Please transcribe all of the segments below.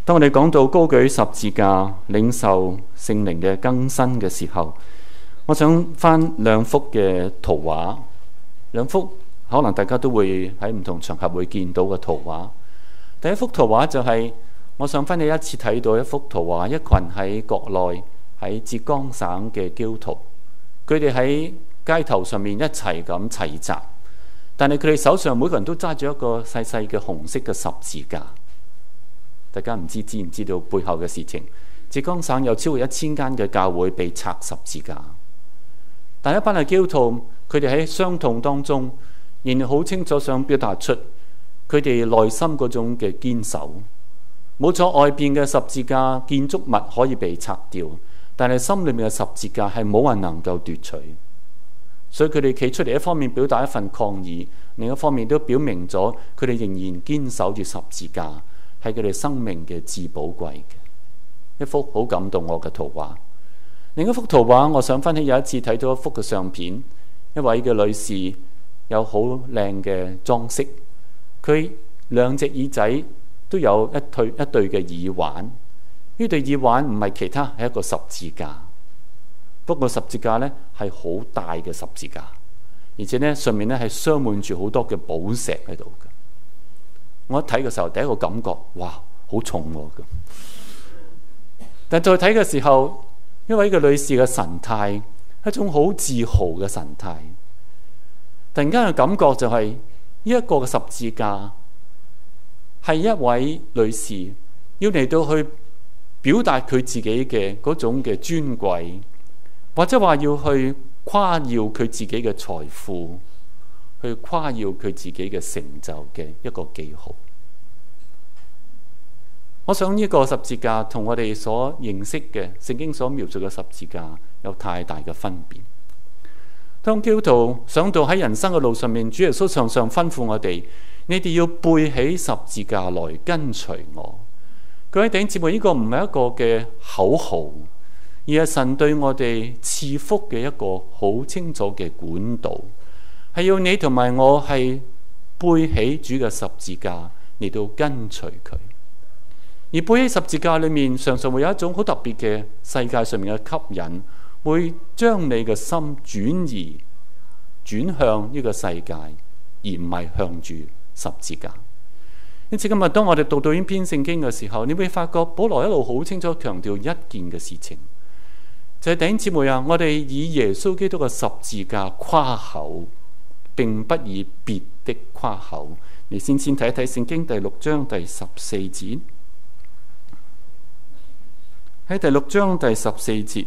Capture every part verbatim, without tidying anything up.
當我哋講到高舉十字架、領受聖靈嘅更新嘅時候，我想翻兩幅嘅圖畫，兩幅可能大家都會喺唔同場合會見到嘅圖畫。第一幅圖畫就係、是、我想翻你一次睇到一幅圖畫，一群喺國內喺浙江省嘅基督徒，佢哋喺街頭上面一齊咁齊集，但係佢哋手上每個人都揸住一個細細嘅紅色嘅十字架。大家唔知知唔知道背後嘅事情？浙江省有超過一千間嘅教會被拆十字架，但一班嘅基督徒，佢哋喺傷痛當中，仍然好清楚想表達出佢哋內心嗰種嘅堅守。冇錯，外邊嘅十字架建築物可以被拆掉，但係心裏面嘅十字架係冇人能夠奪取。所以佢哋企出嚟，一方面表達一份抗議，另一方面都表明咗佢哋仍然堅守住十字架，係佢哋生命嘅至寶貴嘅一幅好感動我嘅圖畫。另一幅圖畫，我想分享有一次睇到一幅嘅相片，一位嘅女士有好靚嘅裝飾，佢兩隻耳仔都有一對一對嘅耳環，呢對耳環唔係其他，係一個十字架。不過十字架呢係好大嘅十字架，而且呢上面呢係鑲滿住好多嘅寶石喺度嘅。我一睇嘅時候，第一個感覺，哇，好重喎！但再睇嘅時候，一位嘅女士嘅神態，一種好自豪嘅神態。突然間嘅感覺就係、是、呢一個嘅十字架係一位女士要嚟到去表達佢自己嘅嗰種嘅尊貴，或者話要去誇耀佢自己嘅財富，去誇耀佢自己嘅成就嘅一個記號。我想呢個十字架同我哋所認識嘅聖經所描述嘅十字架有太大嘅分別。當基督徒想到喺人生嘅路上面，主耶穌常常吩咐我哋：你哋要背起十字架來跟隨我。各位弟兄姊妹，呢個唔係一個嘅口號，而係神對我哋賜福嘅一個好清楚嘅管道，係要你同埋我係背起主嘅十字架嚟到跟隨佢。而背起十字架裏面，常常會有一種好特別嘅世界上面嘅吸引，會將你嘅心轉移轉向呢個世界，而唔係向住十字架。因此今日當我哋讀到呢篇聖經嘅時候，你會發覺保羅一路好清楚強調一件嘅事情，就係、是、弟兄姊妹啊，我哋以耶穌基督嘅十字架誇口，並不以別的誇口。你先先睇一睇聖經第六章第十四節。喺第六章第十四節，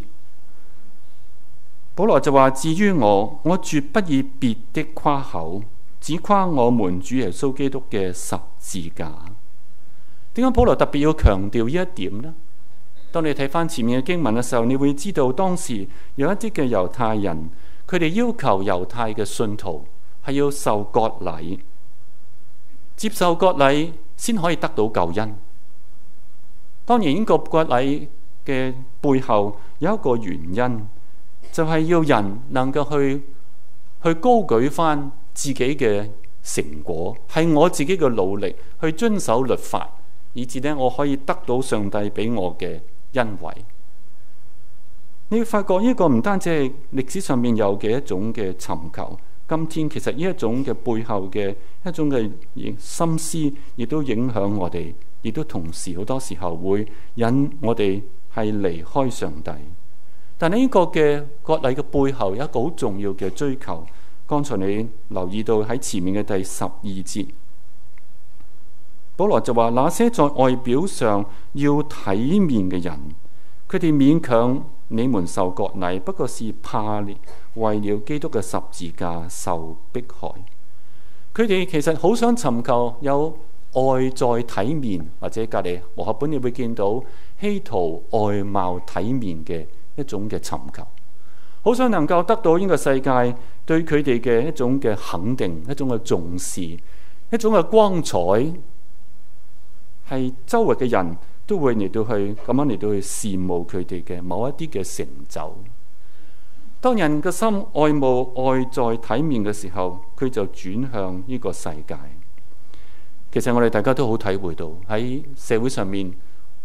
保羅就話：至於我，我絕不以別的誇口，只誇我們主耶穌基督嘅十字架。點解保羅特別要強調呢一點呢？當你睇翻前面嘅經文嘅時候，你會知道當時有一啲嘅猶太人，佢哋要求猶太嘅信徒係要受割禮，接受割禮先可以得到救恩。當然呢個割禮嘅背後有一個原因，就係、是、要人能夠去去高舉翻自己嘅成果，係我自己嘅努力去遵守律法，以至呢我可以得到上帝俾我嘅恩惠。你會發覺呢個唔單止係歷史上面有嘅一種嘅尋求，今天其實呢一種嘅背後嘅一種嘅心思，亦都影響我哋，亦都同時好多時候會引我哋係離開上帝。但係呢個嘅割禮嘅背後有一個好重要嘅追求。剛才你留意到喺前面嘅第十二節，保羅就話：那些在外表上要體面嘅人，佢哋勉強你們受割禮，不過是怕為了基督嘅十字架受迫害。佢哋其實好想尋求有外在體面，或者隔籬和合本你會見到希圖外貌體面嘅一種嘅尋求，好想能夠得到呢個世界對佢哋嘅一種嘅肯定，一種嘅重視，一種嘅光彩，係周圍嘅人都會嚟到去咁樣嚟到去羨慕佢哋嘅某一啲嘅成就。當人嘅心愛慕外在體面嘅時候，佢就轉向呢個世界。其實我哋大家都好體會到喺社會上面，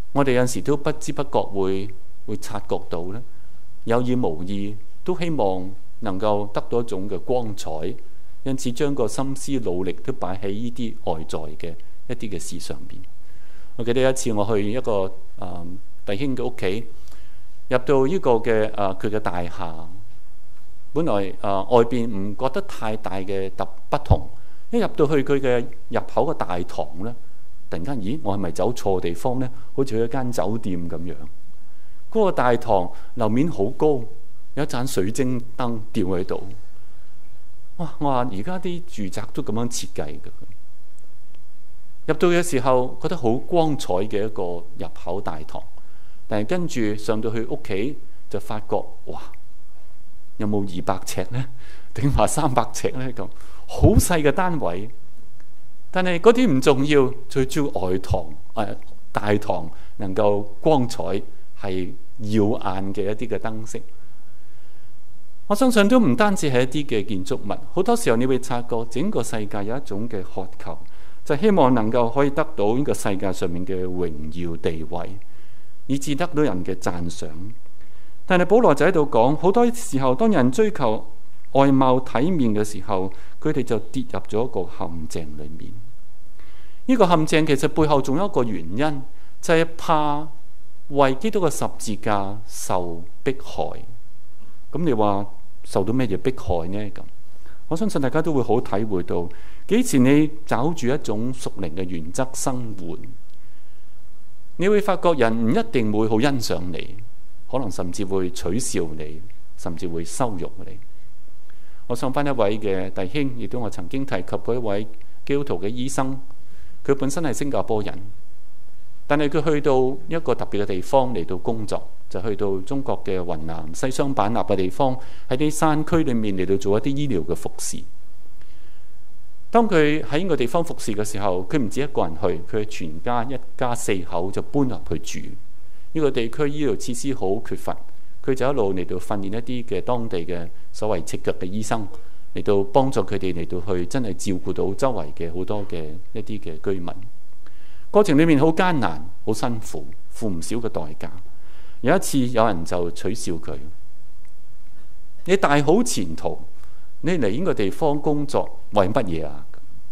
我哋有陣時都不知不覺會會察覺到咧，有意無意都希望能夠得到一種嘅光彩，因此將個心思努力都擺喺呢啲外在嘅一啲嘅事上邊。我記得有一次我去一個誒、呃、弟兄嘅屋企，入到呢個嘅誒佢嘅大廈，本來誒、呃、外邊唔覺得太大嘅特不同，一入到去佢嘅入口嘅大堂咧，突然間，咦，我係咪走錯地方呢？好似去一間酒店咁樣。嗰、那個大堂樓面好高，有一盞水晶燈吊喺度。哇！我話而家啲住宅都咁樣設計嘅。入到嘅時候，覺得好光彩嘅一個入口大堂，但係跟住上到去屋企就發覺，哇！有冇二百尺呢？定話三百尺呢？咁好細嘅單位。但係嗰啲唔重要，最主要外堂誒、呃、大堂能夠光彩係耀眼嘅一啲嘅燈飾。我相信都唔單止係一啲嘅建築物，好多時候你會察覺整個世界有一種嘅渴求，就係、希望能夠可以得到呢個世界上面嘅榮耀地位，以致得到人嘅讚賞。但係保羅就喺度講，好多時候當人追求外貌體面嘅時候，佢哋就跌入咗一個陷阱裏面。呢、這個陷阱其實背後仲有一個原因，就係、是、怕為基督嘅十字架受迫害。咁你話受到咩嘢迫害呢？咁我相信大家都會好體會到，幾時你找住一種屬靈嘅原則生活，你會發覺人唔一定會好欣賞你，可能甚至會取笑你，甚至會羞辱你。我想翻一位嘅弟兄，亦都我曾經提及過一位基督徒嘅醫生，佢本身係新加坡人，但係佢去到一個特別嘅地方嚟到工作，就去到中國嘅雲南西雙版納嘅地方，喺啲山區裏面嚟到做一啲醫療嘅服侍。當佢喺呢個地方服侍嘅時候，佢唔止一個人去，佢全家一家四口就搬入去住。呢個地區醫療設施好缺乏，佢就一路嚟到訓練一啲嘅當地嘅所謂赤腳嘅醫生，嚟到幫助佢哋嚟到去真係照顧到周圍嘅好多嘅一啲嘅居民。過程裏面好艱難，好辛苦，付唔少嘅代價。有一次有人就取笑佢：你大好前途，你嚟呢個地方工作為乜嘢啊？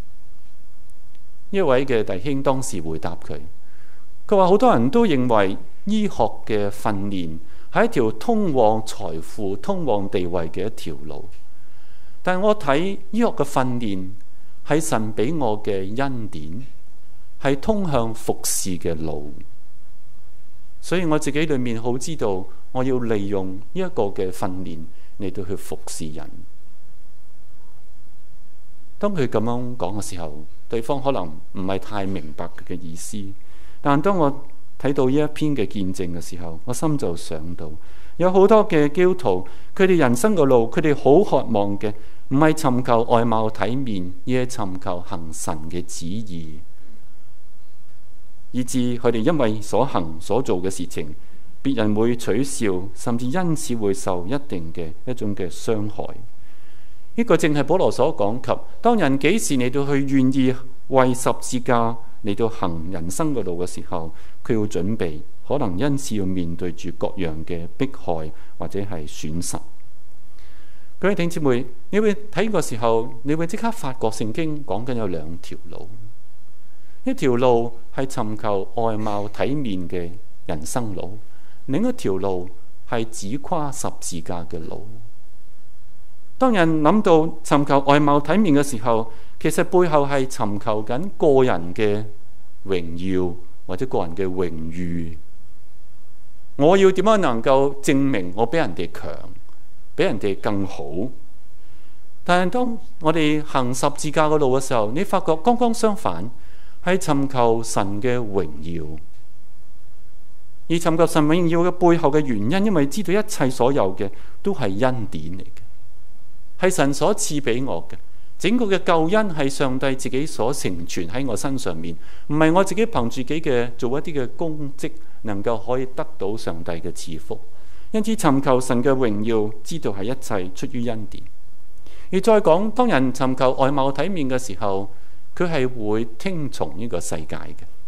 呢位嘅弟兄當時回答佢，佢話好多人都認為醫學嘅訓練係一條通往財富、通往地位嘅一條路，但我睇醫學嘅訓練係神俾我嘅恩典，係通向服侍嘅路。所以我自己裏面好知道，我要利用呢一個嘅訓練嚟到去服侍人。當佢咁樣講嘅時候，對方可能唔係太明白佢嘅意思。但當我睇到呢一篇嘅見證嘅時候，我心就想到，有好多嘅基督徒，佢哋人生嘅路，佢哋好渴望嘅唔係尋求外貌體面，而係尋求行神嘅旨意。以致佢哋因為所行所做嘅事情，別人會取笑，甚至因此會受一定嘅一種嘅傷害。呢、這個正係保羅所講及，當人幾時嚟到去願意為十字架嚟到行人生嘅路嘅時候，佢要準備，可能因此要面對住各樣嘅迫害或者係損失。各位弟兄姊妹，你會睇呢個時候，你會即刻發覺聖經講緊有兩條路。一條路係尋求外貌體面嘅人生路，另一條路係只跨十字架嘅路。當人諗到尋求外貌體面嘅時候，其實背後係尋求緊個人嘅榮耀或者個人嘅榮譽。我要點樣能夠證明我比人哋強，比人哋更好？但係當我哋行十字架嘅路嘅時候，你發覺剛剛相反。係尋求神嘅榮耀，而尋求神榮耀嘅背後嘅原因，因為知道一切所有嘅都係恩典嚟嘅，係神所賜俾我嘅。整個嘅救恩係上帝自己所成全喺我身上面，唔係我自己憑自己嘅做一啲嘅功績，能夠可以得到上帝嘅賜福。因此尋求神嘅榮耀，知道係一切出於恩典。而再講，當人尋求外貌體面嘅時候，佢係會聽從呢個世界嘅，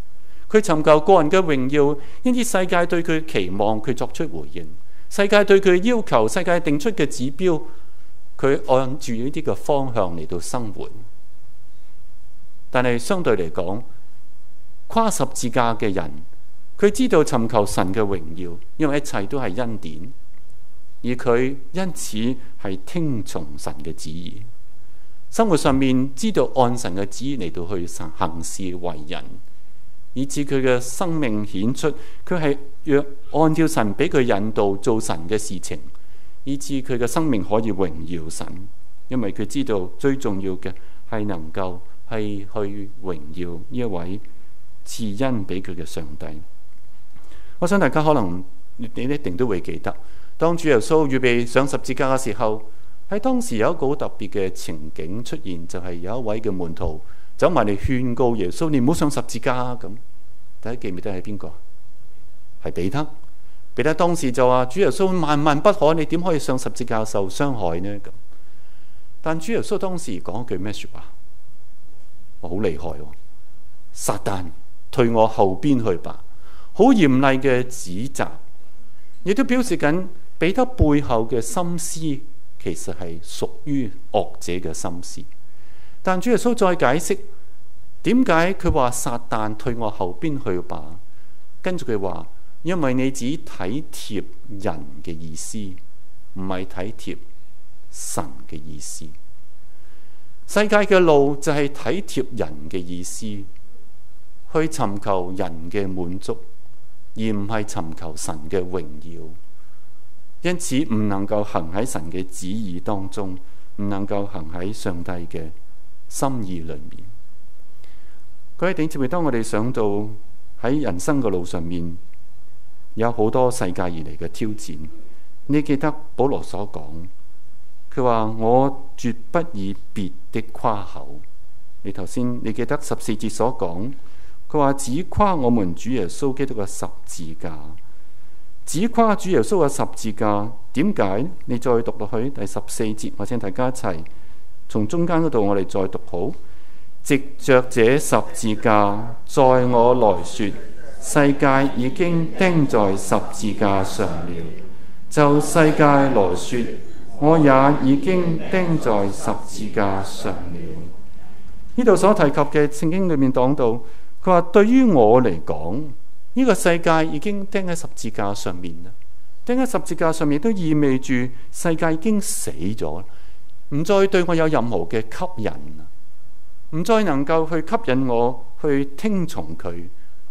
佢尋求個人嘅榮耀，因此世界對佢期望，佢作出回應；世界對佢要求，世界定出嘅指標，佢按住呢啲嘅方向嚟到生活。但係相對嚟講，跨十字架嘅人，佢知道尋求神嘅榮耀，因為一切都係恩典，而佢因此係聽從神嘅旨意。生活上面知道按神嘅旨意嚟到去行事為人，以致佢嘅生命顯出佢係若按照神俾佢引導做神嘅事情，以致佢嘅生命可以榮耀神。因為佢知道最重要嘅係能夠係去榮耀呢一位賜恩俾佢嘅上帝。我想大家可能你一定都會記得，當主耶穌預備上十字架嘅時候，喺當時有一個好特別嘅情景出現，就係、是、有一位嘅門徒走埋嚟勸告耶穌：你唔好上十字架咁。大家記唔記得係邊個？係彼得。彼得當時就話：主耶穌萬萬不可，你點可以上十字架受傷害呢？咁。但主耶穌當時講一句咩說話？哇，好厲害喎！撒旦，退我後邊去吧！好嚴厲嘅指責，亦都表示緊彼得背後嘅心思其實係屬於惡者嘅心思。但主耶穌再解釋點解佢話撒旦，退我後邊去吧？跟住佢話：因為你只體貼人嘅意思，唔係體貼神嘅意思。世界嘅路就係體貼人嘅意思，去尋求人嘅滿足，而唔係尋求神嘅榮耀。因此唔能夠行喺神嘅旨意當中，唔能夠行喺上帝嘅心意裏面。各位弟兄姊妹，當我哋想到喺人生嘅路上面有好多世界而嚟嘅挑戰，你記得保羅所講，佢話我絕不以別的誇口。你頭先你記得十四節所講，佢話只誇我們主耶穌基督嘅十字架，只誇主耶穌嘅十字架。點解？你再讀落去第十四節，我請大家一齊從中間嗰度我哋再讀好。藉着這十字架，在我來說，世界已經釘在十字架上了；就世界來說，我也已經釘在十字架上了。呢度所提及嘅聖經裏面講到，佢話對於我嚟講，呢個世界已經釘喺十字架上面啦。釘喺十字架上面都意味住世界已經死咗，唔再對我有任何嘅吸引，唔再能夠去吸引我去聽從佢。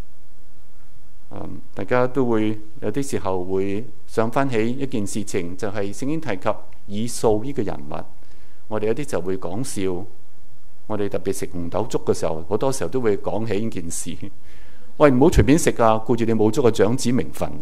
嗯，大家都會有啲時候會想翻起一件事情，就係聖經提及以掃呢個人物。我哋有啲就會講笑，我哋特別食紅豆粥嘅時候，好多時候都會講起呢件事。喂，唔好隨便食啊，顧住你冇咗個長子名分啊！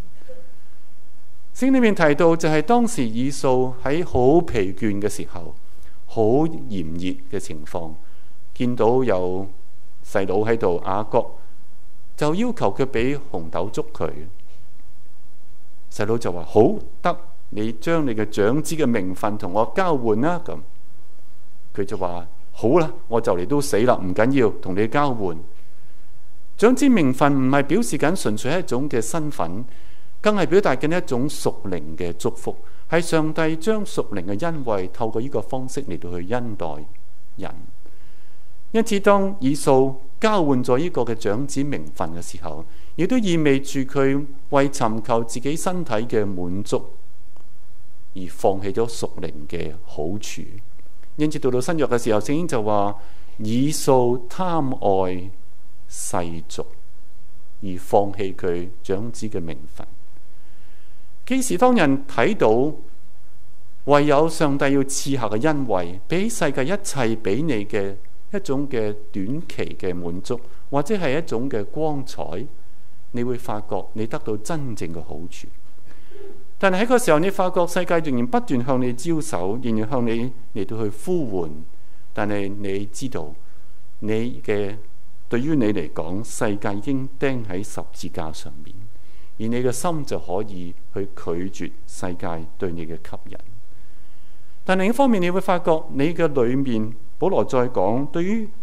聖經裏面提到就係當時以掃喺好疲倦嘅時候，好炎熱嘅情況，見到有細佬喺度，雅各就要求佢俾紅豆粥佢。細佬就話好得，你將你嘅長子嘅名分同我交換啦。咁佢就話好啦，我就嚟都死啦，唔緊要，同你交換。長子名分唔係表示緊純粹係一種嘅身份，更係表達緊一種屬靈嘅祝福，係上帝將屬靈嘅恩惠透過呢個方式嚟到去恩待人。因此當以掃交換咗呢個嘅長子名分嘅時候，亦都意味住佢為尋求自己身體嘅滿足而放棄咗屬靈嘅好處。因此到到新約嘅時候，聖經就話以掃貪愛世俗而放棄佢長子嘅名分。幾時當人睇到唯有上帝要賜下嘅恩惠，比世界一切俾你嘅一種嘅短期嘅滿足，或者係一種嘅光彩，你會發覺你得到真正嘅好處。但係喺個時候，你發覺世界仍然不斷向你招手，仍然向你嚟到去呼喚。但係你知道，你嘅對於你嚟講，世界已經釘喺十字架上面，而你嘅心就可以去拒絕世界對你嘅吸引。但另一方面，你會發覺你嘅裏面，保羅再講，對於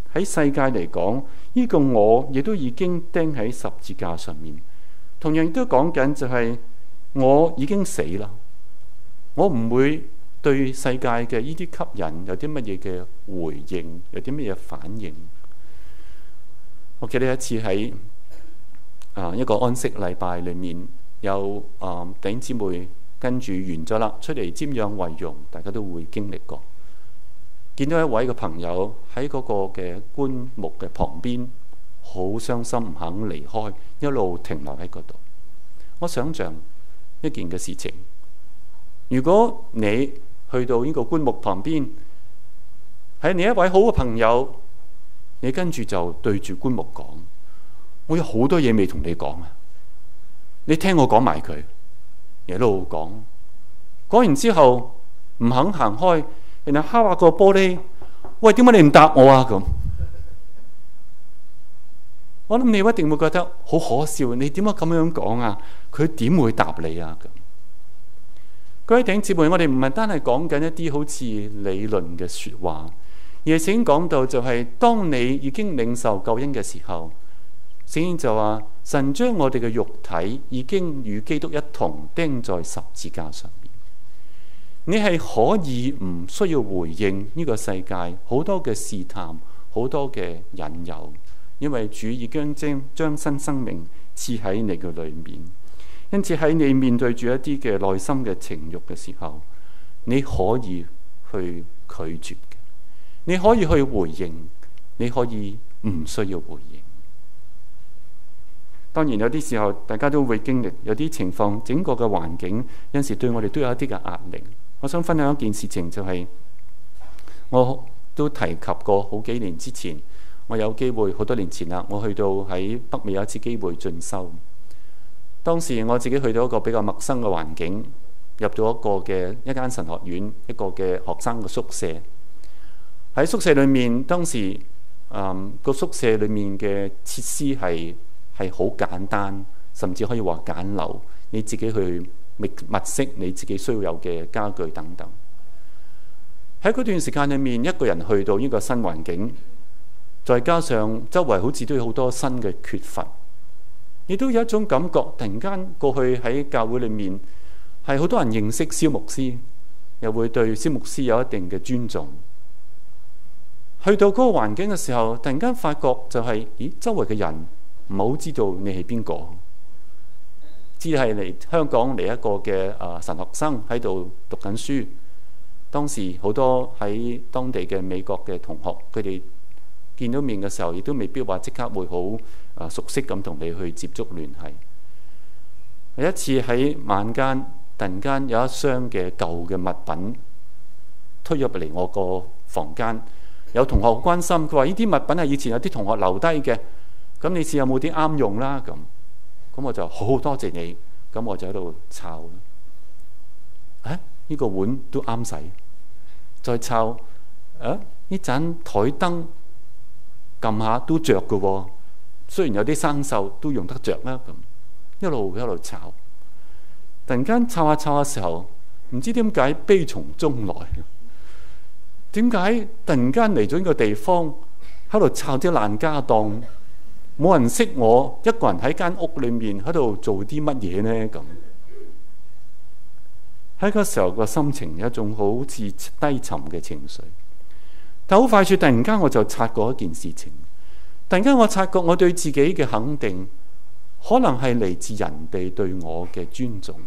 喺世界嚟講，呢個我亦都已經釘喺十字架上面。同樣亦都講緊就係我已經死啦，我唔會對世界嘅呢啲吸引有啲乜嘢嘅回應，有啲乜嘢反應。我記得一次喺啊一個安息禮拜裏面，有啊弟兄姊妹跟住完咗啦，出嚟瞻仰遺容，大家都會經歷過。見到一位嘅朋友喺嗰個嘅棺木嘅旁邊，好傷心，唔肯離開，一路停留喺嗰度。我想象一件嘅事情，如果你去到呢個棺木旁邊，係你一位好嘅朋友，你跟住就對住棺木講：我有好多嘢未同你講啊，你聽我講埋佢。一路講，講完之後唔肯行開，然後敲下個玻璃，喂，點解你唔答我啊？咁，我諗你一定會覺得好可笑，你點解咁樣講啊？佢點會答你啊？咁，各位弟兄姊妹，我哋唔係單係講緊一啲好似理論嘅說話，而係先講到就係、是、當你已經領受救恩嘅時候，聖經就話神將我哋嘅肉體已經與基督一同釘在十字架上面。你係可以唔需要回應呢個世界好多嘅試探，好多嘅引誘，因為主已經將將新生命賜喺你嘅裏面。因此喺你面對住一啲嘅內心嘅情慾嘅時候，你可以去拒絕嘅，你可以去回應，你可以唔需要回應。當然有啲時候大家都會經歷，有啲情況整個嘅環境有時對我哋都有一啲嘅壓力。我想分享一件事情，就係我都提及過好幾年之前，我有機會好多年前啦，我去到喺北美有一次機會進修。當時我自己去到一個比較陌生嘅環境，入到一個嘅一間神學院，一個嘅學生嘅宿舍。喺宿舍裏面，當時嗯個宿舍裏面嘅設施係係好簡單，甚至可以話簡陋。你自己去物色你自己需要有嘅家具等等。喺嗰段時間裏面，一個人去到呢個新環境，再加上周圍好似都有好多新嘅缺乏，亦都有一種感覺，突然間過去喺教會裏面係好多人認識蕭牧師，又會對蕭牧師有一定嘅尊重。去到嗰個環境嘅時候，突然間發覺就係、是，咦，周圍嘅人唔係好知道你係邊個，只係嚟香港嚟一個嘅啊神學生喺度讀緊書。當時好多喺當地嘅美國嘅同學，佢哋見到面嘅時候，亦都未必話即刻會好啊熟悉咁同你去接觸聯繫。有一次喺晚間，突然間有一箱嘅舊嘅物品推入嚟我個房間，有同學好關心，佢話呢啲物品係以前有啲同學留低嘅，咁你試有冇啲啱用啦？咁咁我就好多謝你，咁我就喺度抄。誒，呢個碗都啱使，再抄。誒，呢盞台燈撳下都着嘅喎，雖然有啲生鏽都用得着啦。咁一路一路抄，突然間抄下抄下時候，唔知點解悲從中來。點解突然間嚟咗呢個地方喺度抄啲爛家當？冇人識我，一個人喺間屋裏面喺度做啲乜嘢呢？咁喺嗰時候個心情有一種好似低沉嘅情緒。但好快脆，突然間我就察覺一件事情。突然間我察覺我對自己嘅肯定，可能係嚟自人哋對我嘅尊重，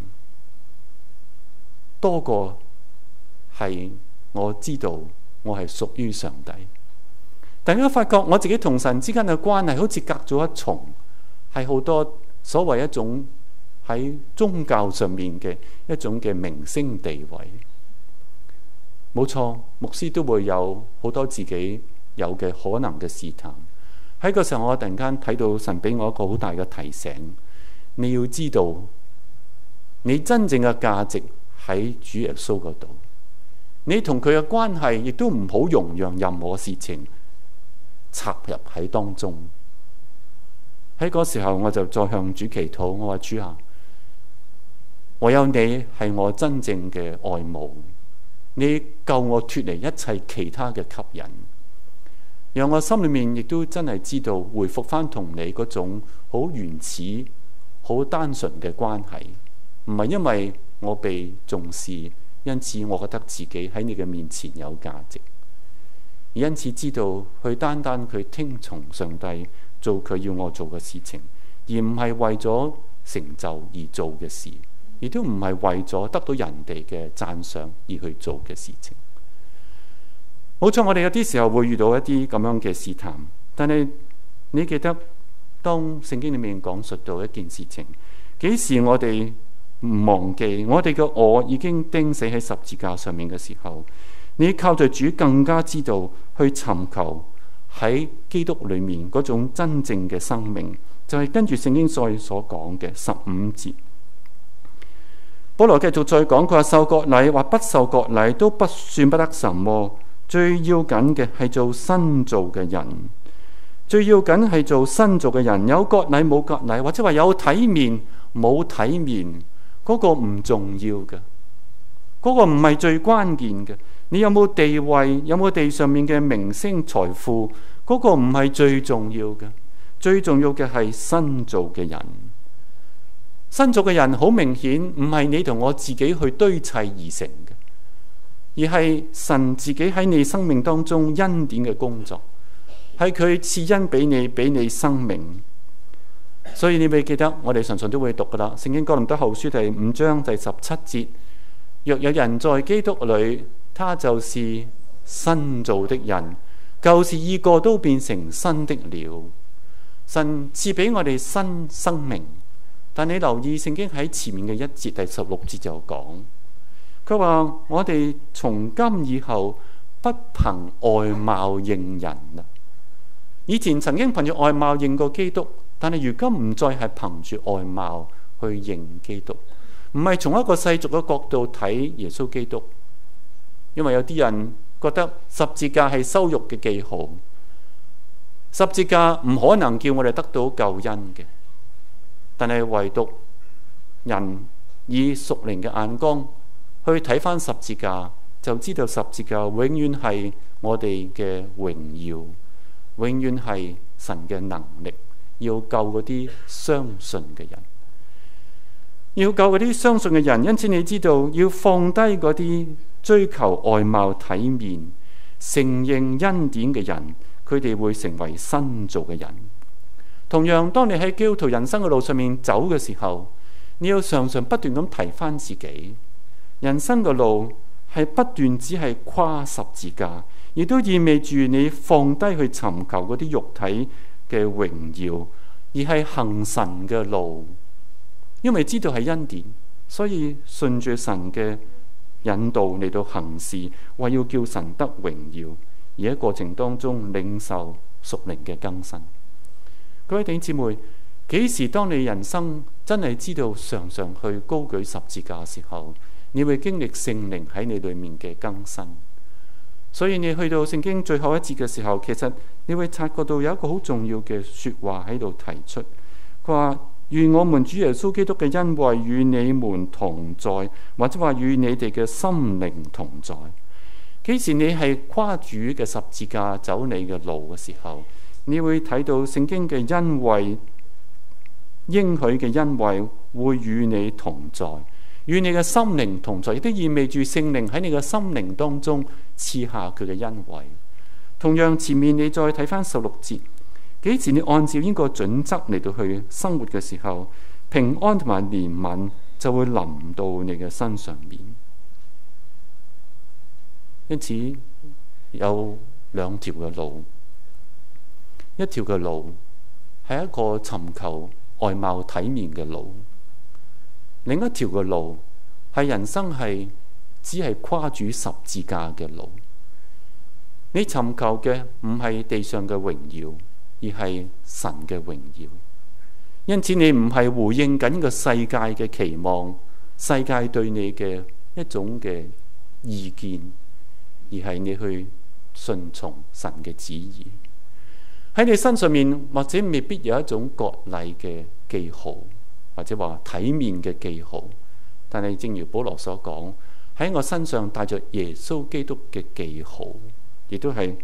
多過係我知道我係屬於上帝。突然間發覺我自己同神之間嘅關係好似隔咗一重，係好多所謂一種喺宗教上面嘅一種嘅名聲地位。冇錯，牧師都會有好多自己有嘅可能嘅試探。喺個時候，我突然間睇到神俾我一個好大嘅提醒，你要知道你真正嘅價值喺主耶穌嗰度，你同佢嘅關係亦都唔好容讓任何事情插入喺當中。喺嗰時候，我就再向主祈禱，我話主啊，唯有你係我真正嘅愛慕，你救我脫離一切其他嘅吸引。 讓我心裏面亦都真係知道回復翻同你嗰種好原始、好單純嘅關係，唔係因為我被重視，因此我覺得自己喺你嘅面前有價值，而因此知道去單單去聽從上帝做佢要我做嘅事情，而唔係為咗成就而做嘅事，亦都唔係為咗得到人哋嘅讚賞而去做嘅事情。冇錯，我哋有啲時候會遇到一啲咁樣嘅試探，但係你記得當聖經裏面講述到一件事情，幾時我哋唔忘記我哋嘅我已經釘死喺十字架上面嘅時候，你靠着主更加知道去尋求喺基督裏面嗰種真正嘅生命，就係、是、跟住聖經所所講嘅十五節。保羅繼續再講，佢話受割禮或不受割禮都不算不得什麼，最要緊嘅係做新造嘅人。最要緊係做新造嘅人，有割禮冇割禮，或者話有體面冇體面，嗰、那個唔重要嘅，嗰、那個唔係最關鍵嘅。你有冇地位，有冇地上面嘅名聲財富，嗰、那個唔係最重要嘅。最重要嘅係新造嘅人。新造嘅人好明顯唔係你同我自己去堆砌而成嘅，而係神自己喺你生命當中恩典嘅工作，係佢賜恩俾你，俾你生命。所以你咪記得我哋常常都會讀噶啦，聖經哥林多後書第五章第十七節，若有人在基督裏，他就是新造的人，舊事已過，都變成新的了。神賜俾我哋新生命，但你留意聖經喺前面嘅一節第十六節就講，佢話我哋從今以後不憑外貌認人啦。以前曾經憑住外貌認過基督，但係如今唔再係憑住外貌去認基督，唔係從一個世俗嘅角度睇耶穌基督，因為有啲人覺得十字架係羞辱嘅記號，十字架唔可能叫我哋得到救恩嘅。但係唯獨人以屬靈嘅眼光去睇翻十字架，就知道十字架永遠係我哋嘅榮耀，永遠係神嘅能力，要救嗰啲相信嘅人，要救嗰啲相信嘅人。因此你知道要放低嗰啲追求外貌體面、承認恩典嘅人，佢哋會成為新造嘅人。同樣，當你喺基督徒人生嘅路上面走嘅時候，你要常常不斷咁提翻自己，人生嘅路係不斷只係跨十字架，亦都意味住你放低去尋求嗰啲肉體嘅榮耀，而係行神嘅路。因為知道係恩典，所以順住神嘅引導嚟到行事，為要叫神得榮耀，而喺過程當中領受屬靈嘅更新。各位弟兄姊妹，幾時當你人生真係知道常常去高舉十字架嘅時候，你會經歷聖靈喺你裏面嘅更新。所以你去到聖經最後一節嘅時候，其實你會察覺到有一個好重要嘅說話喺度提出，佢話願我們主耶穌基督嘅恩惠與你們同在，或者話與你哋嘅心靈同在。幾時你係跨主嘅十字架走你嘅路嘅時候，你會睇到聖經嘅恩惠，應許嘅恩惠會與你同在，與你嘅心靈同在，亦都意味住聖靈喺你嘅心靈當中賜下佢嘅恩惠。同樣前面你再睇翻十六節，幾時你按照呢個準則嚟到去生活嘅時候，平安同埋憐憫就會臨到你嘅身上面。因此有兩條嘅路。一條嘅路係一個尋求外貌體面嘅路，另一條嘅路係人生係只係跨主十字架嘅路。你尋求嘅唔係地上嘅榮耀，而係神嘅榮耀。因此你唔係回應緊個世界嘅期望，世界對你嘅一種嘅意見，而係你去順從神嘅旨意。喺你身上面或者未必有一種割禮嘅記號，或者話體面嘅記號，但係正如保羅所講，喺我身上帶着耶穌基督嘅記號，亦都係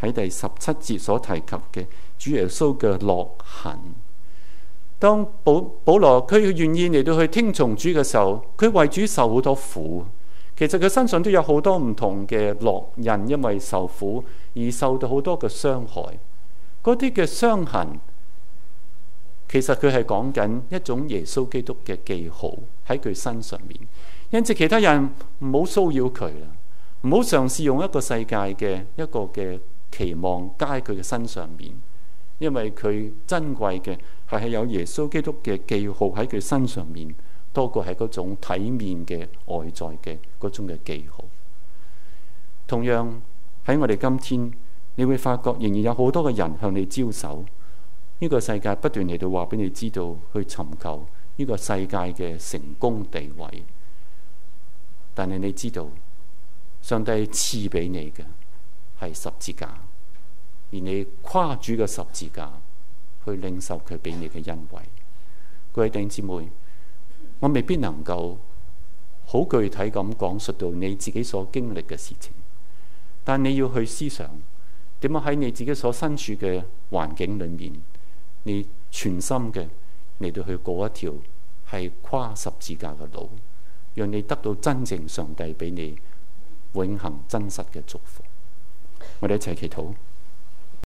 喺第十七節所提及嘅主耶穌嘅烙痕。當保保羅佢願意嚟到去聽從主嘅時候，佢為主受好多苦。其實佢身上都有好多唔同嘅烙印，因為受苦而受到好多嘅傷害。嗰啲嘅傷痕，其實佢係講緊一種耶穌基督嘅記號喺佢身上面。因此其他人唔好騷擾佢啦，唔好嘗試用一個世界嘅一個嘅期望加喺佢嘅身上面，因為佢珍貴嘅係有耶穌基督嘅記號喺佢身上面，多過係嗰種體面嘅外在嘅嗰種嘅記號。同樣喺我哋今天，你會發覺仍然有好多嘅人向你招手，呢個世界不斷嚟到話俾你知道，去尋求呢個世界嘅成功地位。但係你知道，上帝賜俾你嘅係十字架，而你跨主嘅十字架去領受佢俾你嘅恩惠。各位弟兄姊妹，我未必能夠好具體咁講述到你自己所經歷嘅事情，但你要去思想點樣喺你自己所身處嘅環境裏面，你全心嘅嚟到去過一條係跨十字架嘅路，讓你得到真正上帝俾你永恆真實嘅祝福。我哋一齊祈禱。